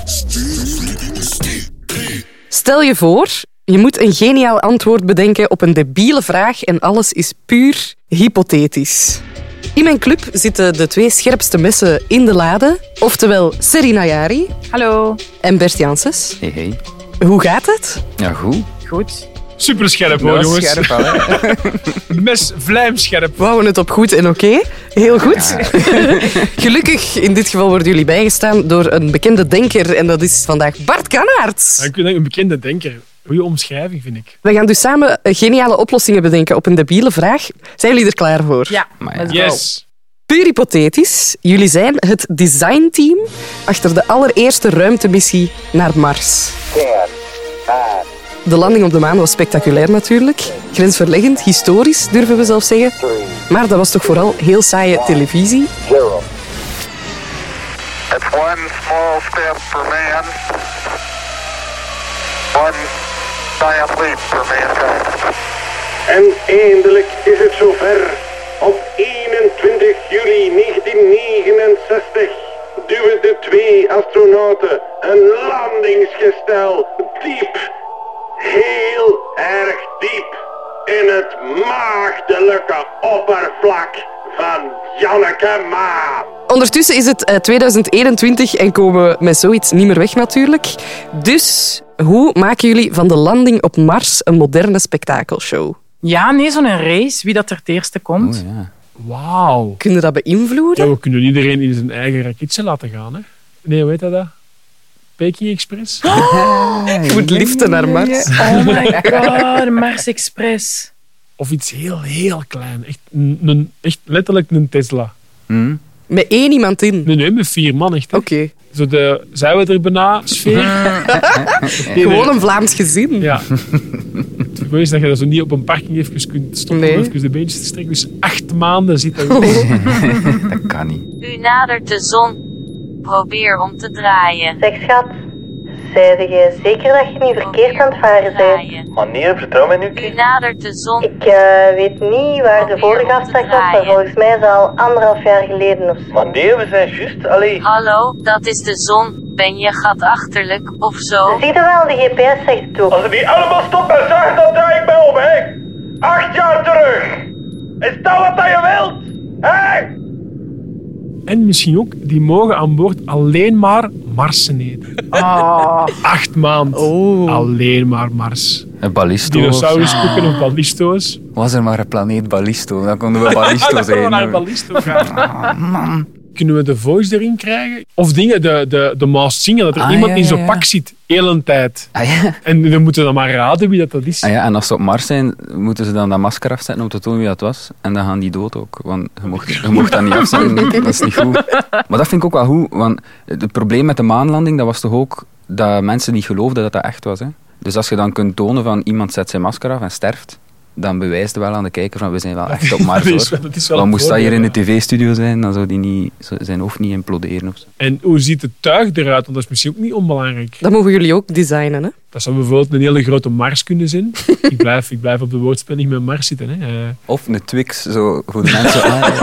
Stel je voor, je moet een geniaal antwoord bedenken op een debiele vraag en alles is puur hypothetisch. In mijn club zitten de 2 scherpste messen in de lade, oftewel Serena Jari. Hallo. En Bert Janssens. Hey. Hoe gaat het? Ja, goed. Goed. Super scherp hoor, jongens. Scherp, hè? Mes vlijmscherp. We houden het op goed en oké. Heel goed. Ja. Gelukkig, in dit geval worden jullie bijgestaan door een bekende denker en dat is vandaag Bart Kannaerts. Een bekende denker. Goeie omschrijving, vind ik. We gaan dus samen geniale oplossingen bedenken op een debiele vraag. Zijn jullie er klaar voor? Ja, Maar Yes. Puur hypothetisch. Jullie zijn het designteam achter de allereerste ruimtemissie naar Mars. De landing op de maan was spectaculair natuurlijk. Grensverleggend, historisch durven we zelfs zeggen. Maar dat was toch vooral heel saaie televisie. It's one small step for man, one giant leap for mankind. En eindelijk is het zover. Op 21 juli 1969 duwen de 2 astronauten een landingsgestel diep, heel erg diep, in het maagdelijke oppervlak van Janneke Maan. Ondertussen is het 2021 en komen we met zoiets niet meer weg natuurlijk. Dus hoe maken jullie van de landing op Mars een moderne spektakelshow? Ja, nee, zo'n race. Wie dat er het eerste komt. Oh, ja. Wauw. Kunnen we dat beïnvloeden? Ja, we kunnen iedereen in zijn eigen raketje laten gaan. Hè? Nee, hoe heet dat? Peking Express? Je moet liften naar Mars. Oh my god, Mars Express. Of iets heel, heel klein. Echt letterlijk een Tesla. Met 1 iemand in. Nee, met 4 man echt. Hè. Oké. Zo de zijn we er bijna sfeer. Gewoon een Vlaams gezin. Ja. Het goeie is dat je dat zo niet op een parking even kunt stoppen om even de beentjes te strekken. Dus 8 maanden zit dat. Dat kan niet. U nadert de zon. Probeer om te draaien. Zeg schat, zei je zeker dat je niet verkeerd aan het varen bent? Meneer, vertrouw mij nu. U nadert de zon. Ik weet niet waar de vorige afspraak was, maar volgens mij is dat al 1,5 jaar geleden of zo. Meneer, we zijn juist. Allee. Hallo, dat is de zon. Ben je gatachterlijk of zo? Zie je wel, de GPS zegt het ook. Als we die allemaal stoppen en zagen, dan draai ik mij om, hè. 8 jaar terug. Is dat wat dat je wilt? Hè? En misschien ook, die mogen aan boord alleen maar Marsen eten. 8 maanden. Alleen maar Mars. Een ballisto. Dinosauruskoeken of ballisto's. Was er maar een planeet Ballisto, dan konden we Ballisto Dan kunnen we zijn. naar een ballisto gaan. Man. Kunnen we de voice erin krijgen? Of dingen, de Maas zingen, dat er iemand in zo'n pak zit, heel een tijd. Ah, ja. En dan moeten we dan maar raden wie dat is. Ah, ja, en als ze op Mars zijn, moeten ze dan dat masker afzetten om te tonen wie dat was. En dan gaan die dood ook. Want je mocht dat niet afzetten. Dat is niet goed. Maar dat vind ik ook wel goed. Want het probleem met de maanlanding, dat was toch ook dat mensen niet geloofden dat dat echt was. Hè? Dus als je dan kunt tonen van iemand zet zijn masker af en sterft, dan bewijst het wel aan de kijker van we zijn wel echt op Mars. Dat is wel Dan een moest dat hier in de voordeel, tv-studio zijn, dan zou die niet, zijn hoofd niet imploderen. Of zo. En hoe ziet het tuig eruit? Want dat is misschien ook niet onbelangrijk. Dat mogen jullie ook designen, hè? Dat zou bijvoorbeeld een hele grote Mars kunnen zijn. Ik blijf op de woordspeling met Mars zitten. Hè. Of een Twix, zo voor de mensen.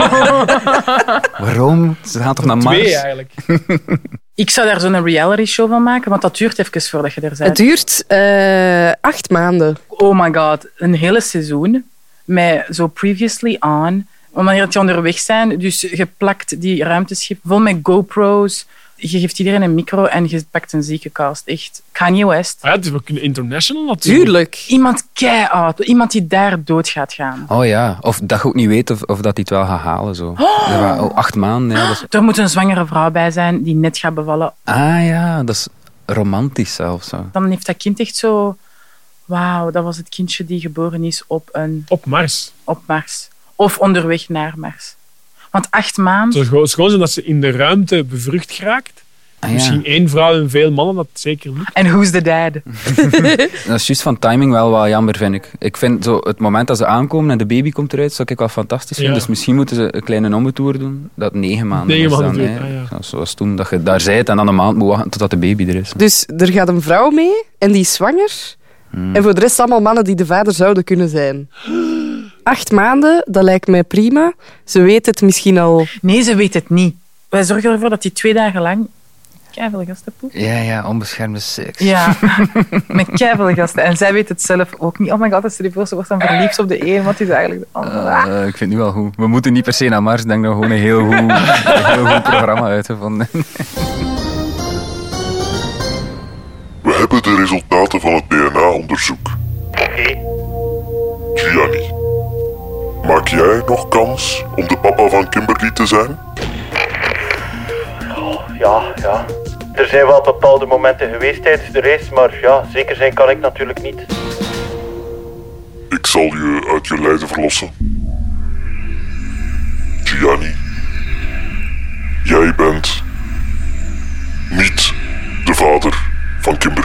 Waarom? Ze gaan toch naar Mars? 2 eigenlijk. Ik zou daar zo'n reality show van maken, want dat duurt even voordat je er Het bent. duurt 8 maanden. Oh my god, een hele seizoen met zo previously on. Wanneer die onderweg zijn, dus je plakt die ruimteschip vol met GoPro's. Je geeft iedereen een micro en je pakt een zieke cast. Echt. Kanye West. Ah, ja, dus we kunnen international natuurlijk. Tuurlijk. Iemand kei-oud. Iemand die daar dood gaat gaan. Oh ja, of dat je ook niet weet of dat hij het wel gaat halen. Zo. 8 maanden, ja. Dat is... Er moet een zwangere vrouw bij zijn die net gaat bevallen. Ah ja, dat is romantisch zelfs. Zo. Dan heeft dat kind echt zo... Wauw, dat was het kindje die geboren is op Mars. Of onderweg naar Mars. Want 8 maanden... Het zou gewoon zijn dat ze in de ruimte bevrucht geraakt. Ah, ja. Misschien 1 vrouw en veel mannen, dat zeker lukt. En who's the dad? Dat is juist van timing wel wat jammer, vind ik. Ik vind zo, het moment dat ze aankomen en de baby komt eruit, zou ik wel fantastisch vinden. Ja. Dus misschien moeten ze een kleine ommetour doen, dat 9 maanden 9 is maanden dan. duurt, Hè. ah, ja. Zoals toen, dat je daar bent en dan een maand moet wachten totdat de baby er is. Dus er gaat een vrouw mee en die is zwanger. En voor de rest allemaal mannen die de vader zouden kunnen zijn. 8 maanden, dat lijkt mij prima. Ze weet het misschien al... Nee, ze weet het niet. Wij zorgen ervoor dat die 2 dagen lang keiveel gasten poep. Ja, onbeschermde seks. Ja, met keiveel gasten. En zij weet het zelf ook niet. Oh my god, als ze die voor, ze wordt dan verliefd op de een, wat is eigenlijk... Ik vind het nu wel goed. We moeten niet per se naar Mars. Ik denk dat we gewoon een heel goed programma uitgevonden. We hebben de resultaten van het DNA-onderzoek. Oké. Gianni, maak jij nog kans om de papa van Kimberly te zijn? Ja. Er zijn wel bepaalde momenten geweest tijdens de race, maar ja, zeker zijn kan ik natuurlijk niet. Ik zal je uit je lijden verlossen. Gianni, jij bent niet de vader van Kimberly.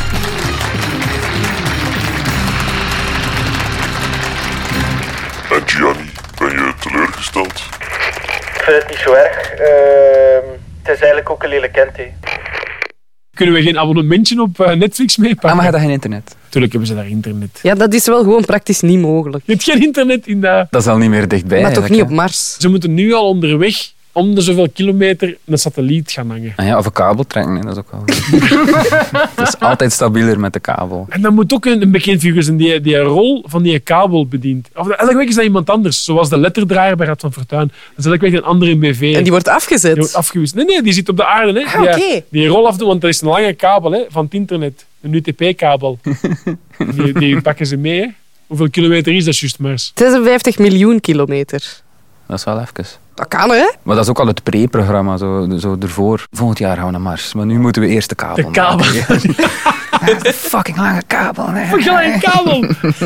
En Gianni, ben je teleurgesteld? Ik vind het niet zo erg. Het is eigenlijk ook een lelijk kind, hè. Kunnen we geen abonnementje op Netflix meepakken? Maar je hebt geen internet. Tuurlijk hebben ze daar internet. Ja, dat is wel gewoon praktisch niet mogelijk. Je hebt geen internet in dat... Dat is al niet meer dichtbij. Maar toch niet op hè? Mars? Ze moeten nu al onderweg, om de zoveel kilometer, een satelliet gaan hangen. Ah ja, of een kabel trekken, hè, dat is ook wel Het is altijd stabieler met de kabel. En dan moet ook een bekend figuur zijn die rol van die kabel bedient. Of elke week is dat iemand anders. Zoals de letterdraaier bij Rad van Fortuin. Dat is elke week een andere BV. En die wordt afgezet? Die wordt afgewist. Nee, die zit op de aarde. Hè. Oké. Die rol afdoen, want dat is een lange kabel hè, van het internet. Een UTP-kabel. die pakken ze mee. Hè. Hoeveel kilometer is dat juist, Mars? 56 miljoen kilometer. Dat is wel even. Dat kan, hè? Maar dat is ook al het pre-programma, zo ervoor. Volgend jaar gaan we naar Mars, maar nu moeten we eerst de kabel De kabel. maken. Fucking lange kabel. Nee. Fucking lange kabel!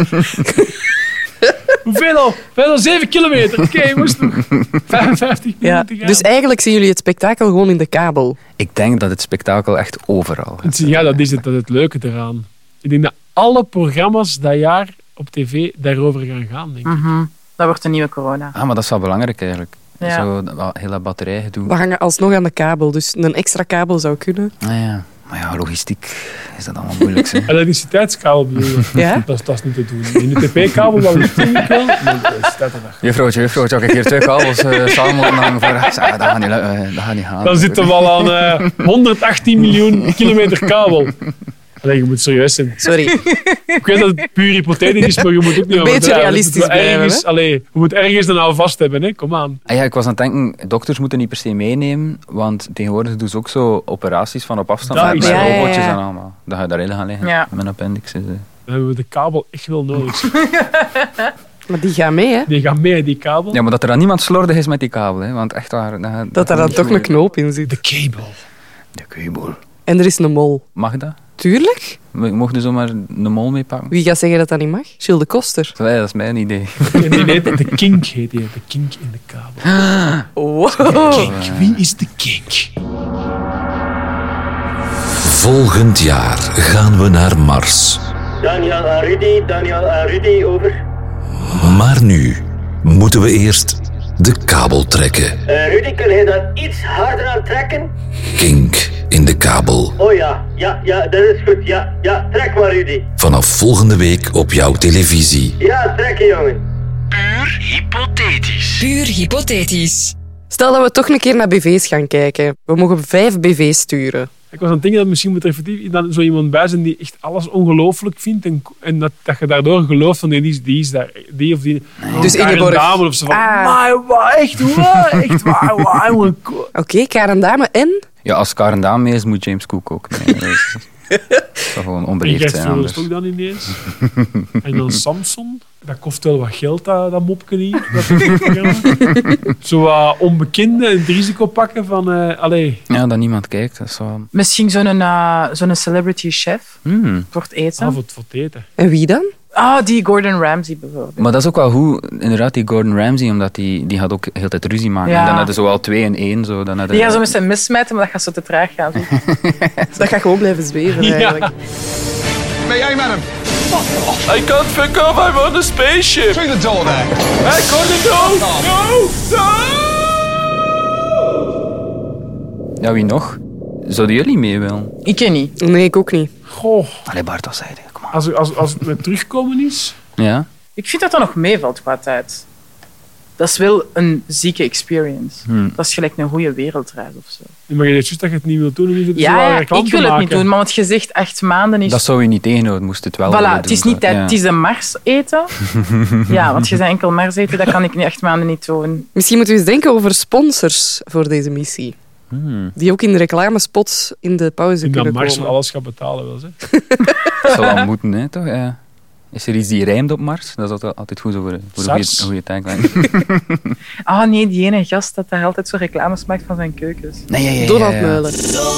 Hoeveel al? 7 kilometer. Oké, moest nog 55 minuten gaan. Dus eigenlijk zien jullie het spektakel gewoon in de kabel. Ik denk dat het spektakel echt overal gaat. Ja, dat is het leuke eraan. Ik denk dat alle programma's dat jaar op tv daarover gaan gaan, denk ik. Dat wordt een nieuwe corona. Ah, maar dat is wel belangrijk eigenlijk. Ja. Zo, dat hele batterijgedoe. We hangen alsnog aan de kabel, dus een extra kabel zou kunnen. Ah, ja. Maar ja, logistiek is dat allemaal moeilijk. Hè? Elektriciteitskabel bedoel je? Ja? Dat is niet te doen. In de TP-kabel, dat is ik wel. Maar dat is dat er. Juffrouwtje, als ik hier 2 kabels samen moet hangen voor... dat gaat niet gaan. Dan zitten we al aan 118 miljoen kilometer kabel. Allee, je moet serieus zijn. Sorry. Ik weet dat het puur hypothetisch is, maar je moet ook niet... Een beetje realistisch blijven, hè? Allee, je moet ergens een nou vast hebben, hè. Kom aan. Ah ja, ik was aan het denken, dokters moeten niet per se meenemen, want tegenwoordig doen ze ook zo operaties van op afstand Ja, met ja, robotjes en allemaal. Dan ga je daarin gaan liggen, Ja. met een appendix. Dan hebben we de kabel echt wel nodig. Maar die gaan mee, hè? Die gaat mee, die kabel. Ja, maar dat er dan niemand slordig is met die kabel, hè, want echt waar... Dat daar dan toch een knoop in zit. De kabel. De kabel. En er is een mol. Mag dat? Tuurlijk. We mochten zomaar een mol meepakken. Wie gaat zeggen dat dat niet mag? Gilles de Koster. Dat is mijn idee. Nee, de kink heet die. De kink in de kabel. Wow. Kink. Wie is de kink? Volgend jaar gaan we naar Mars. Daniel en Rudy, over. Maar nu moeten we eerst de kabel trekken. Rudy, kun je dat iets harder aan trekken? Kink in de kabel. Oh ja, dat is goed. Ja, trek maar, Rudy. Vanaf volgende week op jouw televisie. Ja, trekken, jongen. Puur hypothetisch. Stel dat we toch een keer naar BV's gaan kijken. We mogen 5 BV's sturen. Ik was aan het denken dat misschien moet er effectief dan zo iemand bij zijn die echt alles ongelooflijk vindt en dat je daardoor gelooft van die is daar, die of die. Dus Ingeborg. Dame of zo van, Ah. maar echt waar. Oké, Karen Dame en... Ja, als Karen Daan mee is, moet James Cook ook mee. Dat zou gewoon onbeleefd zijn anders. ook dan ineens. En dan Samson. Dat kost wel wat geld, dat mopje hier. Zo wat onbekende en het risico pakken van... Ja, dat niemand kijkt. Dat is wel... Misschien zo'n celebrity chef voor het eten. Voor het eten. En wie dan? Die Gordon Ramsay bijvoorbeeld. Maar dat is ook wel goed, inderdaad, die Gordon Ramsay, omdat die gaat ook heel de tijd ruzie maken. Ja. En dan hadden ze wel 2 in 1. Zo, dan Die gaan zo met zijn mes smijten, maar dat gaat zo te traag gaan. Dat gaat gewoon blijven zweven, eigenlijk. May I, madam? I can't pick up, I'm on a spaceship. Through the door there. I can't go. No. Ja, wie nog? Zouden jullie mee willen? Ik ken niet. Nee, ik ook niet. Goh. Allee, Bart, wat zei je? Kom maar. Als het met terugkomen is... Ja? Ik vind dat dat nog meevalt qua tijd. Dat is wel een zieke experience. Dat is gelijk een goede wereldreis of zo. Maar je zegt juist dat je het niet wilt doen. Om je Ja, ik wil het niet doen. Maar wat je zegt, 8 maanden is... Dat zou je niet tegenhouden, moest het wel willen doen. Het is niet tijd. Het is een Mars eten. Ja, want je zei enkel Mars eten, dat kan ik niet 8 maanden niet doen. Misschien moeten we eens denken over sponsors voor deze missie. Die ook in de reclamespots in de pauze kunnen komen. Dat Mars alles gaat betalen wel, zeg. Dat zou wel moeten, hè, toch? Ja. Is er iets die rijmt op Mars? Dat is altijd goed voor een goede tagline. Nee, die ene gast dat daar altijd zo reclames maakt van zijn keukens. Nee, Donald Meulen.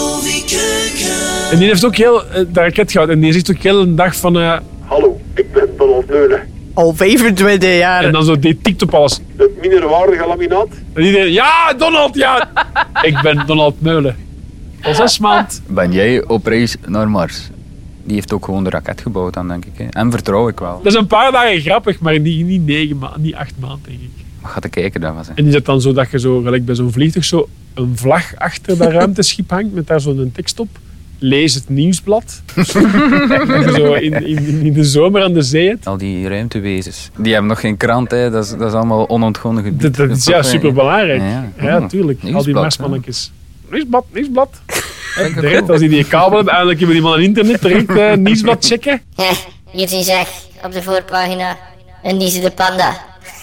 En die heeft ook heel de raket gehad. En die zegt ook heel een dag van... Hallo, ik ben Donald Meulen. Al 25 jaar. En dan zo, die tikt op alles. Het minderwaardige laminaat. En iedereen, ja, Donald, ja. Ik ben Donald Meulen. Al 6 maanden. Ben jij op reis naar Mars? Die heeft ook gewoon de raket gebouwd dan, denk ik. Hè. En vertrouw ik wel. Dat is een paar dagen grappig, maar niet 9 maanden, niet 8 maanden, denk ik. Wat gaat te kijken daarvan zijn? En is het dan zo dat je zo, gelijk bij zo'n vliegtuig, zo een vlag achter dat ruimteschip hangt met daar zo'n tekst op? Lees het nieuwsblad. Zo in de zomer aan de zee hebt. Al die ruimtewezens. Die hebben nog geen krant, hè. Dat is allemaal onontgonnen gebied. Dat is superbelangrijk. Ja, tuurlijk. Nieuwsblad, al die Marsmannetjes. Nieuwsblad. Direct, als die kabel hebben, eigenlijk hebben die man internet direct nieuwsblad checken. Hier zie je zeg, op de voorpagina, een niezende panda.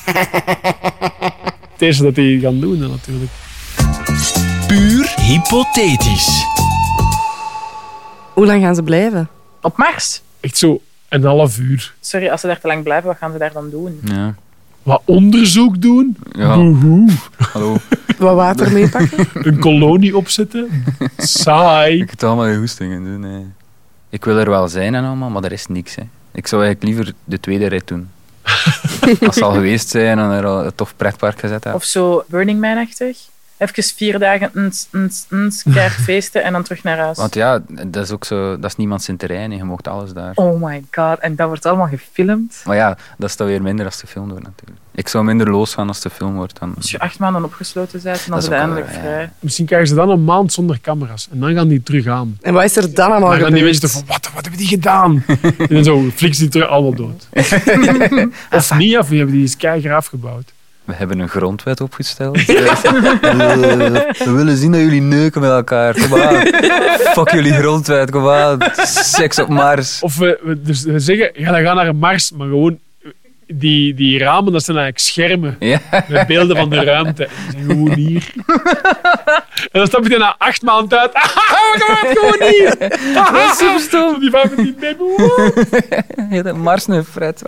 Het eerste dat die gaan doen, dan, natuurlijk. Puur hypothetisch. Hoe lang gaan ze blijven? Op Mars? Echt zo 1,5 uur. Sorry, als ze daar te lang blijven, wat gaan ze daar dan doen? Ja. Wat onderzoek doen? Ja. Boehoe. Hallo. Wat water meepakken? Een kolonie opzetten? Saai. Ik het allemaal je hoestingen doen. Nee. Ik wil er wel zijn en allemaal, maar er is niks. Hè. Ik zou eigenlijk liever de tweede rit doen. Als ze al geweest zijn en er al een tof pretpark gezet hebben. Of zo Burning Man-achtig. Even 4 dagen keihard feesten en dan terug naar huis. Want ja, dat is ook zo, dat is niemand zijn terrein en je mocht alles daar. Oh my god, en dat wordt allemaal gefilmd. Maar ja, dat is dan weer minder als de film wordt natuurlijk. Ik zou minder losgaan als de film wordt. Dan... Als je 8 maanden opgesloten bent, dan is het eindelijk vrij. Misschien krijgen ze dan een maand zonder camera's. En dan gaan die terug aan. En wat is er dan allemaal gebeurd? Dan gaan die mensen van, wat hebben die gedaan? En dan zo fliks die terug allemaal dood. Of niet, of hebben die eens keigraaf afgebouwd. We hebben een grondwet opgesteld. We willen zien dat jullie neuken met elkaar. Kom aan. Fuck jullie grondwet, kom aan. Seks op Mars. Of we zeggen, ja, dan gaan naar Mars, maar gewoon die ramen, dat zijn eigenlijk schermen. Ja. Met beelden van de ruimte. Die zijn gewoon hier. En dan stap je er na 8 maanden uit. We gaan gewoon hier. Dat is super stom. Die van met die baby. Dat Mars een fret.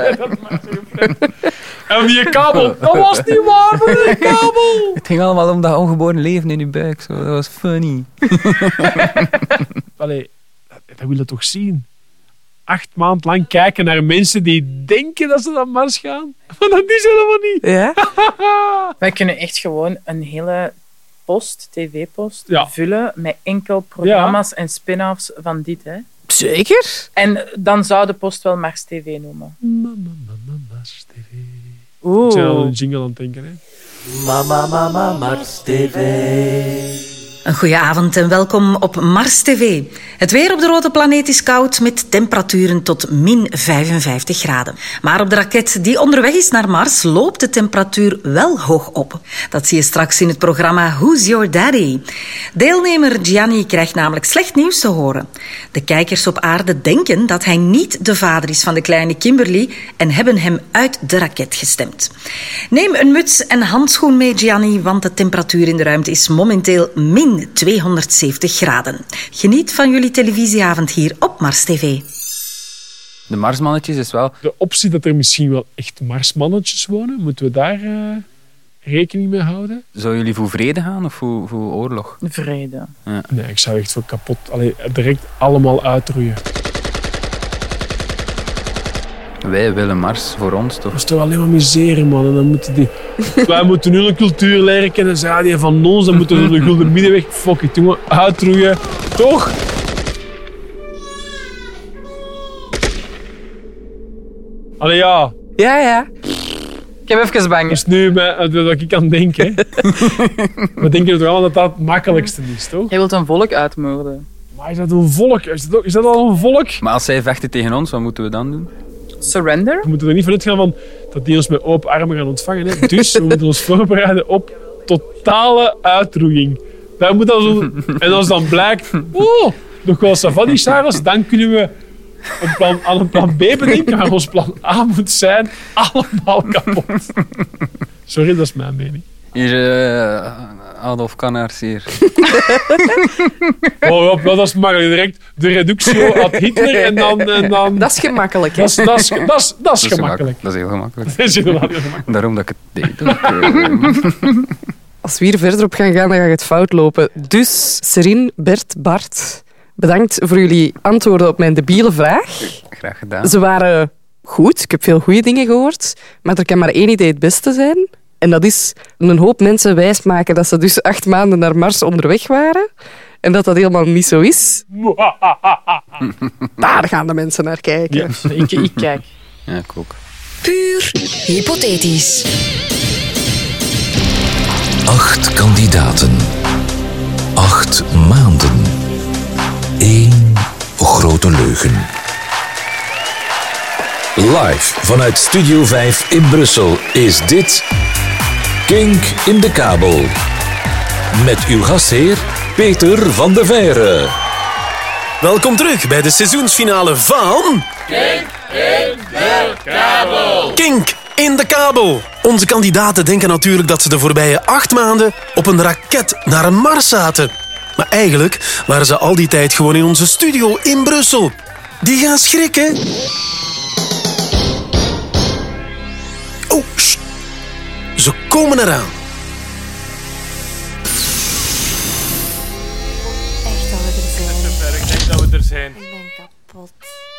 En die kabel, dat was niet waar, die kabel. Het ging allemaal om dat ongeboren leven in je buik. Zo. Dat was funny. Allee, dat wil je toch zien? 8 maanden lang kijken naar mensen die denken dat ze naar Mars gaan. Maar dat is helemaal niet. Ja? Wij kunnen echt gewoon een hele tv-post, vullen met enkel programma's en spin-offs van dit. Hè. Zeker? En dan zou de post wel Mars TV noemen. Mars TV. Oeh. Ik ben al een jingle aan het denken. Hè. Mama, Mars TV. Een goeie avond en welkom op Mars TV. Het weer op de rode planeet is koud met temperaturen tot min 55 graden. Maar op de raket die onderweg is naar Mars loopt de temperatuur wel hoog op. Dat zie je straks in het programma Who's Your Daddy? Deelnemer Gianni krijgt namelijk slecht nieuws te horen. De kijkers op aarde denken dat hij niet de vader is van de kleine Kimberly en hebben hem uit de raket gestemd. Neem een muts en handschoen mee, Gianni, want de temperatuur in de ruimte is momenteel min 270 graden. Geniet van jullie televisieavond hier op Mars TV. De Marsmannetjes is wel... De optie dat er misschien wel echt Marsmannetjes wonen, moeten we daar rekening mee houden? Zou jullie voor vrede gaan of voor oorlog? Vrede. Ja. Nee, ik zou echt voor kapot... Allee, direct allemaal uitroeien. Wij willen Mars voor ons, toch? Dat is toch alleen maar miseren, man. En dan moeten wij moeten nu een cultuur leren kennen. Zij die van ons, dan moeten we de gulden middenweg... Fuck it, jongen. Uitroeien. Toch? Allee, ja. Ja. Ik heb even bang. Dat is nu wat ik aan denk, hè. We denken toch allemaal dat dat het makkelijkste is, toch? Jij wilt een volk uitmoorden. Maar is dat een volk? Is dat al een volk? Maar als zij vechten tegen ons, wat moeten we dan doen? Surrender? We moeten er niet vanuit gaan van... dat die ons met open armen gaan ontvangen. Hè. Dus we moeten ons voorbereiden op totale uitroeiing. Dat moet dan zo... En als dan blijkt... nog wel savannah, Charles, dan kunnen we aan een plan B bedenken, maar ons plan A moet zijn allemaal kapot. Sorry, dat is mijn mening. Hier, Adolf Kannaerts hier. Dat is makkelijk. Direct de reductio ad Hitler en dan... Dat is gemakkelijk, hè? Dat is gemakkelijk. Dat is heel gemakkelijk. Dat is inderdaad heel gemakkelijk. Daarom dat ik het deed. Als we hier verder op gaan, dan gaat het fout lopen. Dus, Serine, Bert, Bart, bedankt voor jullie antwoorden op mijn debiele vraag. Graag gedaan. Ze waren goed. Ik heb veel goede dingen gehoord. Maar er kan maar één idee het beste zijn. En dat is een hoop mensen wijsmaken dat ze dus 8 maanden naar Mars onderweg waren. En dat helemaal niet zo is. Daar gaan de mensen naar kijken. Ja, ik kijk. Ja, ik ook. Puur hypothetisch. 8 kandidaten. 8 maanden. 1 grote leugen. Live vanuit Studio 5 in Brussel is dit Kink in de Kabel. Met uw gastheer Peter van de Veire. Welkom terug bij de seizoensfinale van... Kink in de Kabel. Kink in de Kabel. Onze kandidaten denken natuurlijk dat ze de voorbije 8 maanden op een raket naar Mars zaten. Maar eigenlijk waren ze al die tijd gewoon in onze studio in Brussel. Die gaan schrikken. Oh, sst. Ze komen eraan. Echt dat we er zijn. Ik denk dat we er zijn. Ik ben kapot.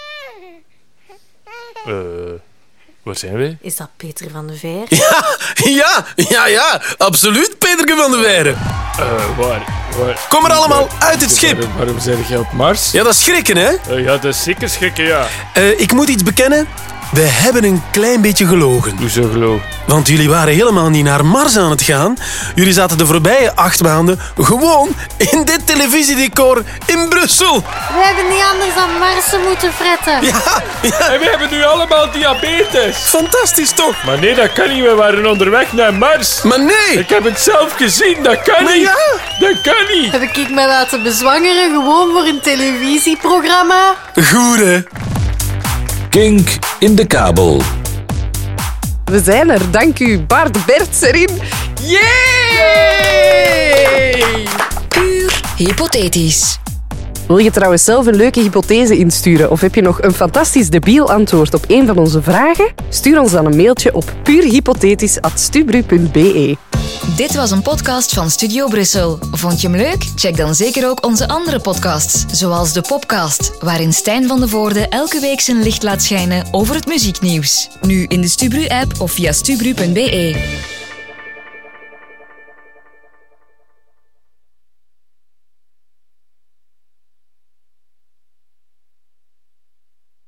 Waar zijn we? Is dat Peter van de Veer? Ja, absoluut, Peterke van de Veire. Waar? Kom er allemaal uit het schip. Waarom zijn jij op Mars? Ja, dat is schrikken, hè? Ja, dat is zeker schrikken, ja. Ik moet iets bekennen. We hebben een klein beetje gelogen. Hoezo gelogen? Want jullie waren helemaal niet naar Mars aan het gaan. Jullie zaten de voorbije 8 maanden gewoon in dit televisiedecor in Brussel. We hebben niet anders dan Marsen moeten fretten. Ja. En we hebben nu allemaal diabetes. Fantastisch, toch? Maar nee, dat kan niet. We waren onderweg naar Mars. Maar nee. Ik heb het zelf gezien. Dat kan maar niet. Ja. Dat kan niet. Heb ik mij laten bezwangeren gewoon voor een televisieprogramma? Goed, hè? Kink in de Kabel. We zijn er. Dank u, Bart, Bert, Serine. Yay! Puur hypothetisch. Wil je trouwens zelf een leuke hypothese insturen of heb je nog een fantastisch debiel antwoord op een van onze vragen? Stuur ons dan een mailtje op puurhypothetisch@stubru.be. Dit was een podcast van Studio Brussel. Vond je hem leuk? Check dan zeker ook onze andere podcasts, zoals de Popcast, waarin Stijn van de Voorde elke week zijn licht laat schijnen over het muzieknieuws. Nu in de Stubru-app of via stubru.be.